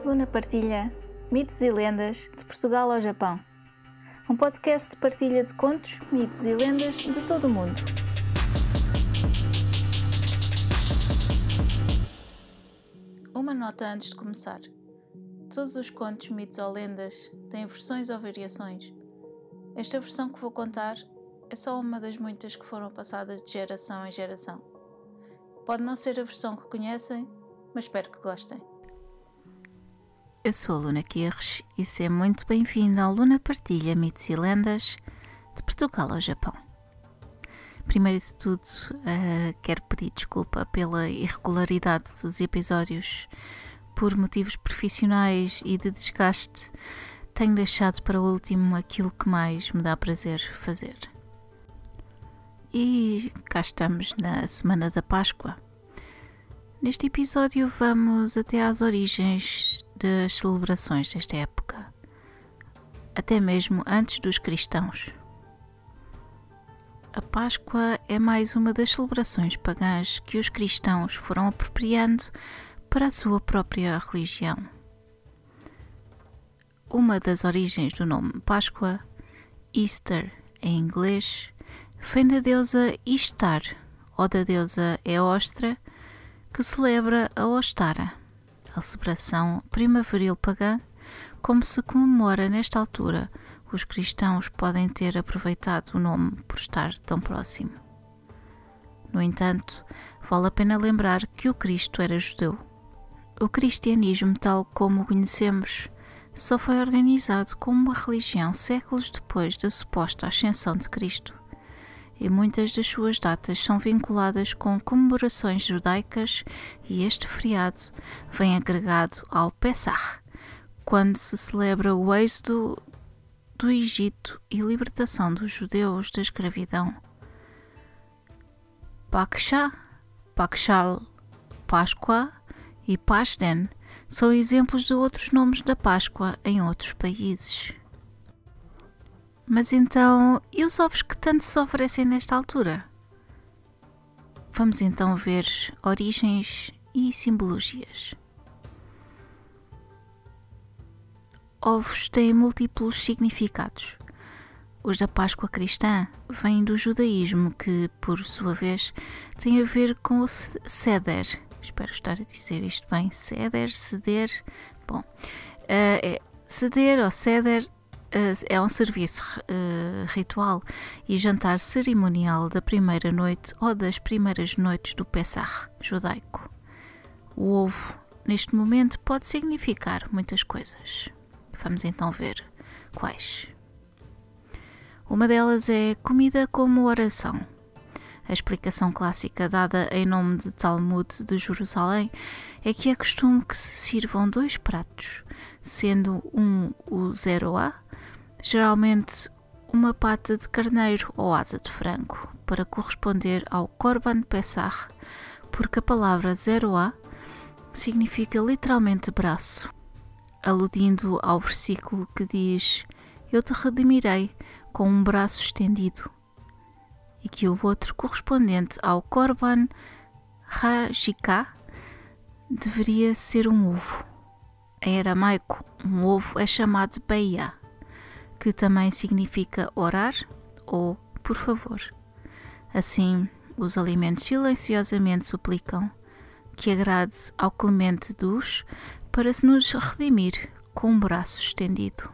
Luna partilha mitos e lendas de Portugal ao Japão. Um podcast de partilha de contos, mitos e lendas de todo o mundo. Uma nota antes de começar. Todos os contos, mitos ou lendas têm versões ou variações. Esta versão que vou contar é só uma das muitas que foram passadas de geração em geração. Pode não ser a versão que conhecem, mas espero que gostem. Eu sou a Luna Quirres e seja muito bem-vindo ao Luna Partilha Mitos e Lendas de Portugal ao Japão. Primeiro de tudo, quero pedir desculpa pela irregularidade dos episódios. Por motivos profissionais e de desgaste, tenho deixado para o último aquilo que mais me dá prazer fazer. E cá estamos na Semana da Páscoa. Neste episódio vamos até às origens das celebrações desta época, até mesmo antes dos cristãos. A Páscoa é mais uma das celebrações pagãs que os cristãos foram apropriando para a sua própria religião. Uma das origens do nome Páscoa, Easter em inglês, vem da deusa Ishtar ou da deusa Eostra, que celebra a Ostara, a celebração primaveril pagã. Como se comemora nesta altura, os cristãos podem ter aproveitado o nome por estar tão próximo. No entanto, vale a pena lembrar que o Cristo era judeu. O cristianismo, tal como o conhecemos, só foi organizado como uma religião séculos depois da suposta ascensão de Cristo, e muitas das suas datas são vinculadas com comemorações judaicas, e este feriado vem agregado ao Pessah, quando se celebra o êxodo do Egito e libertação dos judeus da escravidão. Paksha, Pakshal, Páscoa e Pasden são exemplos de outros nomes da Páscoa em outros países. Mas então, e os ovos que tanto se oferecem nesta altura? Vamos então ver origens e simbologias. Ovos têm múltiplos significados. Os da Páscoa cristã vêm do judaísmo, que, por sua vez, tem a ver com o Seder. Espero estar a dizer isto bem. Ceder. Bom, Seder ou Seder é um serviço ritual e jantar cerimonial da primeira noite ou das primeiras noites do Pessah judaico. O ovo, neste momento, pode significar muitas coisas. Vamos então ver quais. Uma delas é comida como oração. A explicação clássica dada em nome de Talmud de Jerusalém é que é costume que se sirvam dois pratos, sendo o zeroá, geralmente uma pata de carneiro ou asa de frango, para corresponder ao Korban Pessah, porque a palavra zeroá significa literalmente braço, aludindo ao versículo que diz: "Eu te redimirei com um braço estendido", e que o outro, correspondente ao Korban Hagikah, deveria ser um ovo. Em aramaico, um ovo é chamado beia, que também significa orar ou por favor. Assim, os alimentos silenciosamente suplicam que agrade ao clemente dos para se nos redimir com um braço estendido.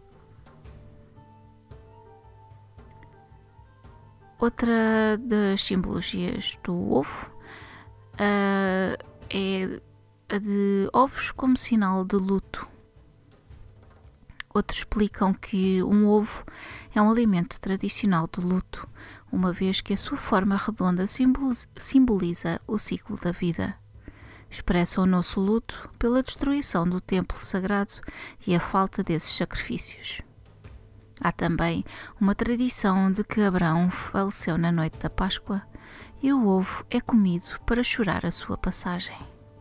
Outra das simbologias do ovo é a de ovos como sinal de luto. Outros explicam que um ovo é um alimento tradicional do luto, uma vez que a sua forma redonda simboliza o ciclo da vida. Expressa o nosso luto pela destruição do templo sagrado e a falta desses sacrifícios. Há também uma tradição de que Abraão faleceu na noite da Páscoa e o ovo é comido para chorar a sua passagem.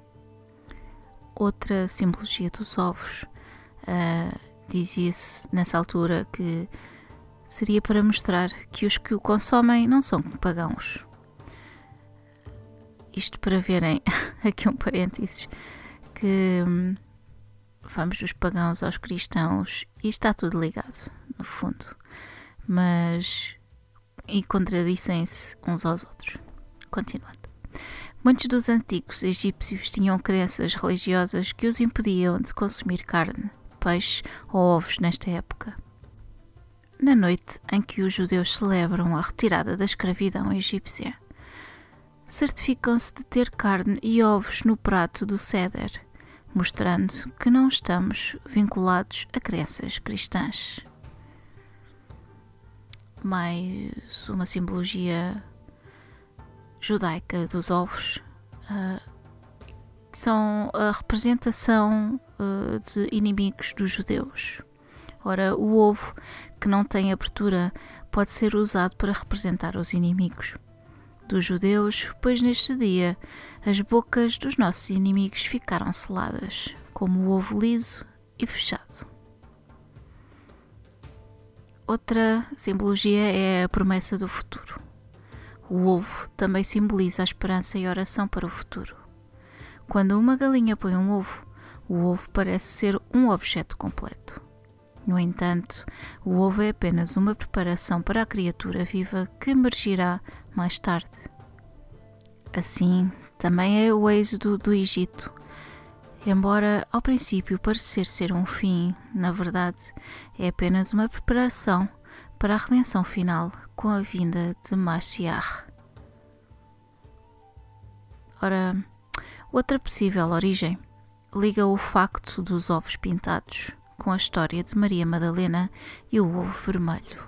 Outra simbologia dos ovos dizia-se nessa altura que seria para mostrar que os que o consomem não são pagãos. Isto para verem, aqui um parênteses, que vamos dos pagãos aos cristãos e está tudo ligado, no fundo, e contradizem-se uns aos outros. Continuando. Muitos dos antigos egípcios tinham crenças religiosas que os impediam de consumir carne, peixe ou ovos nesta época. Na noite em que os judeus celebram a retirada da escravidão egípcia, certificam-se de ter carne e ovos no prato do Seder, mostrando que não estamos vinculados a crenças cristãs. Mais uma simbologia judaica dos ovos, que são a representação de inimigos dos judeus. Ora, o ovo que não tem abertura pode ser usado para representar os inimigos dos judeus, pois neste dia as bocas dos nossos inimigos ficaram seladas, como o ovo liso e fechado. Outra simbologia é a promessa do futuro. O ovo também simboliza a esperança e a oração para o futuro. Quando uma galinha põe um ovo, o ovo parece ser um objeto completo. No entanto, o ovo é apenas uma preparação para a criatura viva que emergirá mais tarde. Assim, também é o êxodo do Egito. Embora ao princípio parecer ser um fim, na verdade é apenas uma preparação para a redenção final com a vinda de Mashiach. Ora, outra possível origem liga o facto dos ovos pintados com a história de Maria Madalena e o ovo vermelho.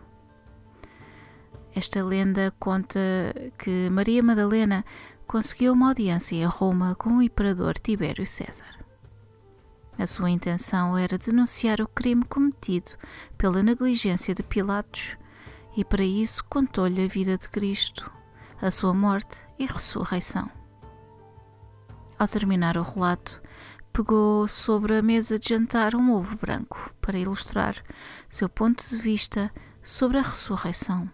Esta lenda conta que Maria Madalena conseguiu uma audiência em Roma com o imperador Tibério César. A sua intenção era denunciar o crime cometido pela negligência de Pilatos e para isso contou-lhe a vida de Cristo, a sua morte e ressurreição. Ao terminar o relato, pegou sobre a mesa de jantar um ovo branco para ilustrar seu ponto de vista sobre a ressurreição.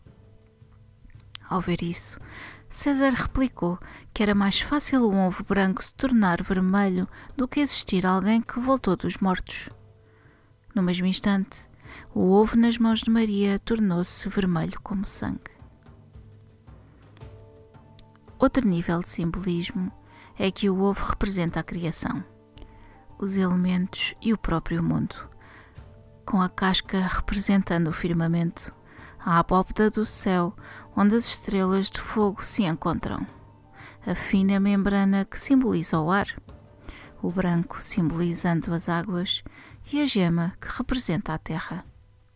Ao ver isso, César replicou que era mais fácil um ovo branco se tornar vermelho do que existir alguém que voltou dos mortos. No mesmo instante, o ovo nas mãos de Maria tornou-se vermelho como sangue. Outro nível de simbolismo é que o ovo representa a criação, os elementos e o próprio mundo, com a casca representando o firmamento, a abóbada do céu onde as estrelas de fogo se encontram, a fina membrana que simboliza o ar, o branco simbolizando as águas e a gema que representa a terra.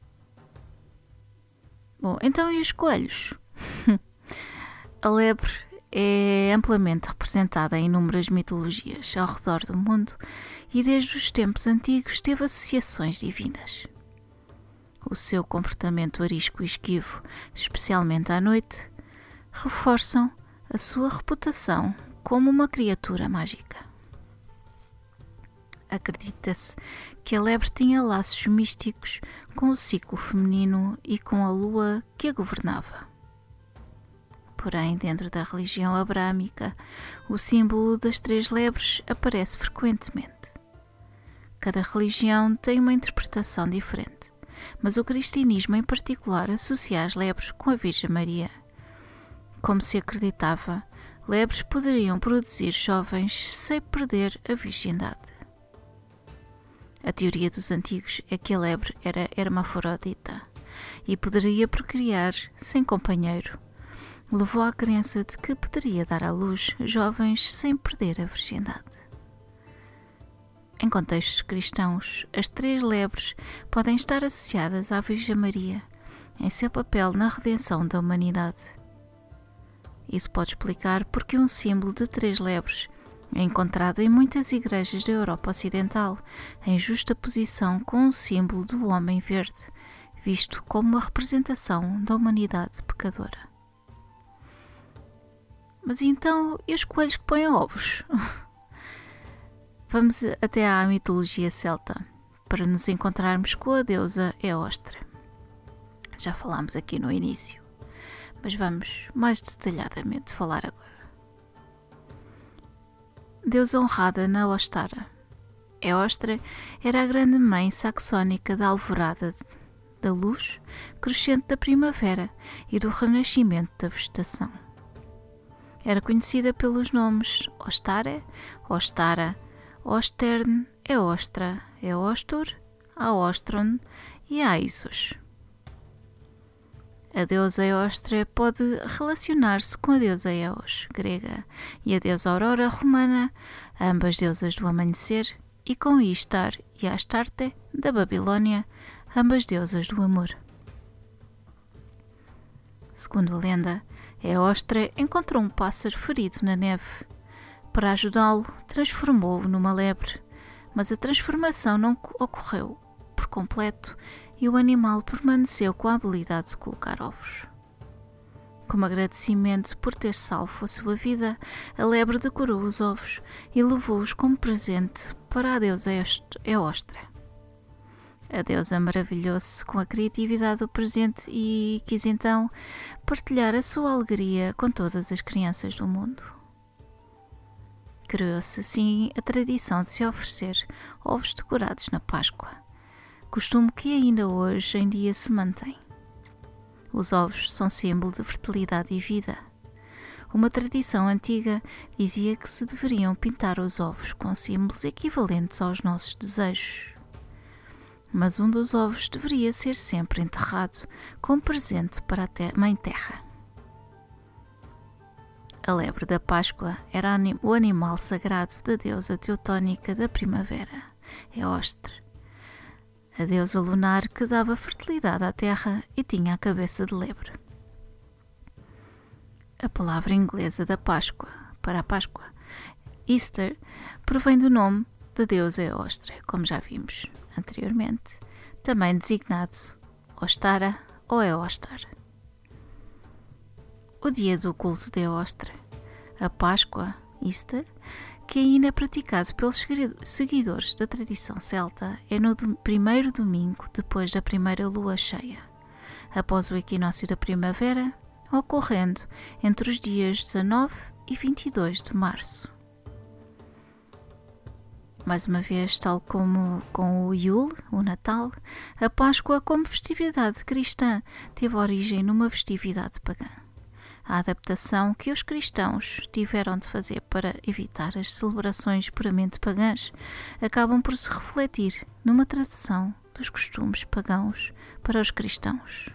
Bom, então e os coelhos? A lebre é amplamente representada em inúmeras mitologias ao redor do mundo e desde os tempos antigos teve associações divinas. O seu comportamento arisco e esquivo, especialmente à noite, reforçam a sua reputação como uma criatura mágica. Acredita-se que a lebre tinha laços místicos com o ciclo feminino e com a lua que a governava. Porém, dentro da religião abrâmica, o símbolo das 3 lebres aparece frequentemente. Cada religião tem uma interpretação diferente, mas o cristianismo em particular associa as lebres com a Virgem Maria. Como se acreditava, lebres poderiam produzir jovens sem perder a virgindade. A teoria dos antigos é que a lebre era hermafrodita e poderia procriar sem companheiro. Levou à crença de que poderia dar à luz jovens sem perder a virgindade. Em contextos cristãos, as 3 lebres podem estar associadas à Virgem Maria, em seu papel na redenção da humanidade. Isso pode explicar porque um símbolo de 3 lebres é encontrado em muitas igrejas da Europa Ocidental, em justa posição com o símbolo do homem verde, visto como uma representação da humanidade pecadora. Mas então, e os coelhos que põem ovos? Vamos até à mitologia celta, para nos encontrarmos com a deusa Eostre. Já falámos aqui no início, mas vamos mais detalhadamente falar agora. Deusa honrada na Ostara. Eostre era a grande mãe saxónica da alvorada, da luz crescente da primavera e do renascimento da vegetação. Era conhecida pelos nomes Ostare, Ostara, Ostern, Eostra, Eostur, Aostron e Aisos. A deusa Eostre pode relacionar-se com a deusa Eos, grega, e a deusa Aurora, romana, ambas deusas do amanhecer, e com Ishtar e Astarte, da Babilônia, ambas deusas do amor. Segundo a lenda, Eostre encontrou um pássaro ferido na neve. Para ajudá-lo, transformou-o numa lebre, mas a transformação não ocorreu por completo e o animal permaneceu com a habilidade de colocar ovos. Como agradecimento por ter salvo a sua vida, a lebre decorou os ovos e levou-os como presente para a deusa Eostre. A deusa maravilhou-se com a criatividade do presente e quis então partilhar a sua alegria com todas as crianças do mundo. Criou-se assim a tradição de se oferecer ovos decorados na Páscoa, costume que ainda hoje em dia se mantém. Os ovos são símbolo de fertilidade e vida. Uma tradição antiga dizia que se deveriam pintar os ovos com símbolos equivalentes aos nossos desejos. Mas um dos ovos deveria ser sempre enterrado como presente para a Mãe Terra. A lebre da Páscoa era o animal sagrado da deusa teutónica da primavera, Eostre, a deusa lunar que dava fertilidade à terra e tinha a cabeça de lebre. A palavra inglesa da Páscoa, para a Páscoa, Easter, provém do nome da deusa Eostre, como já vimos anteriormente, também designado Ostara ou Eostar. O dia do culto de Eostre, a Páscoa, Easter, que ainda é praticado pelos seguidores da tradição celta, é no primeiro domingo depois da primeira lua cheia, após o equinócio da primavera, ocorrendo entre os dias 19 e 22 de março. Mais uma vez, tal como com o Yule, o Natal, a Páscoa como festividade cristã teve origem numa festividade pagã. A adaptação que os cristãos tiveram de fazer para evitar as celebrações puramente pagãs acabam por se refletir numa tradução dos costumes pagãos para os cristãos.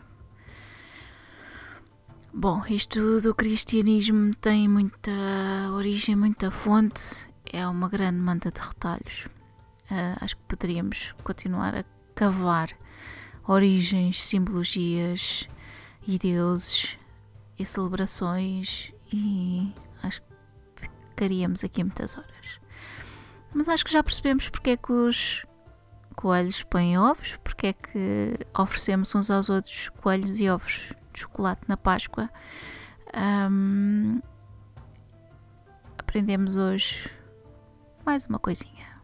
Bom, isto do cristianismo tem muita origem, muita fonte, é uma grande manta de retalhos. Acho que poderíamos continuar a cavar origens, simbologias e deuses e celebrações e acho que ficaríamos aqui muitas horas. Mas acho que já percebemos porque é que os coelhos põem ovos, porque é que oferecemos uns aos outros coelhos e ovos de chocolate na Páscoa. Aprendemos hoje mais uma coisinha.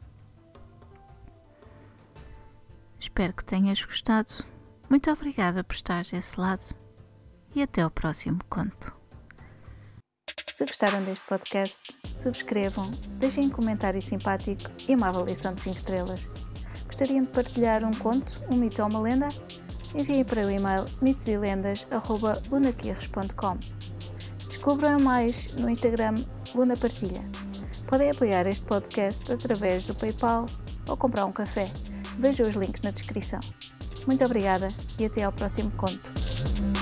Espero que tenhas gostado. Muito obrigada por estares desse lado e até ao próximo conto. Se gostaram deste podcast, subscrevam, deixem um comentário simpático e uma avaliação de 5 estrelas. Gostariam de partilhar um conto, um mito ou uma lenda? Enviem para o e-mail mitoselendas@lunaquirres.com. Descubram mais no Instagram Luna Partilha. Podem apoiar este podcast através do PayPal ou comprar um café. Vejam os links na descrição. Muito obrigada e até ao próximo conto.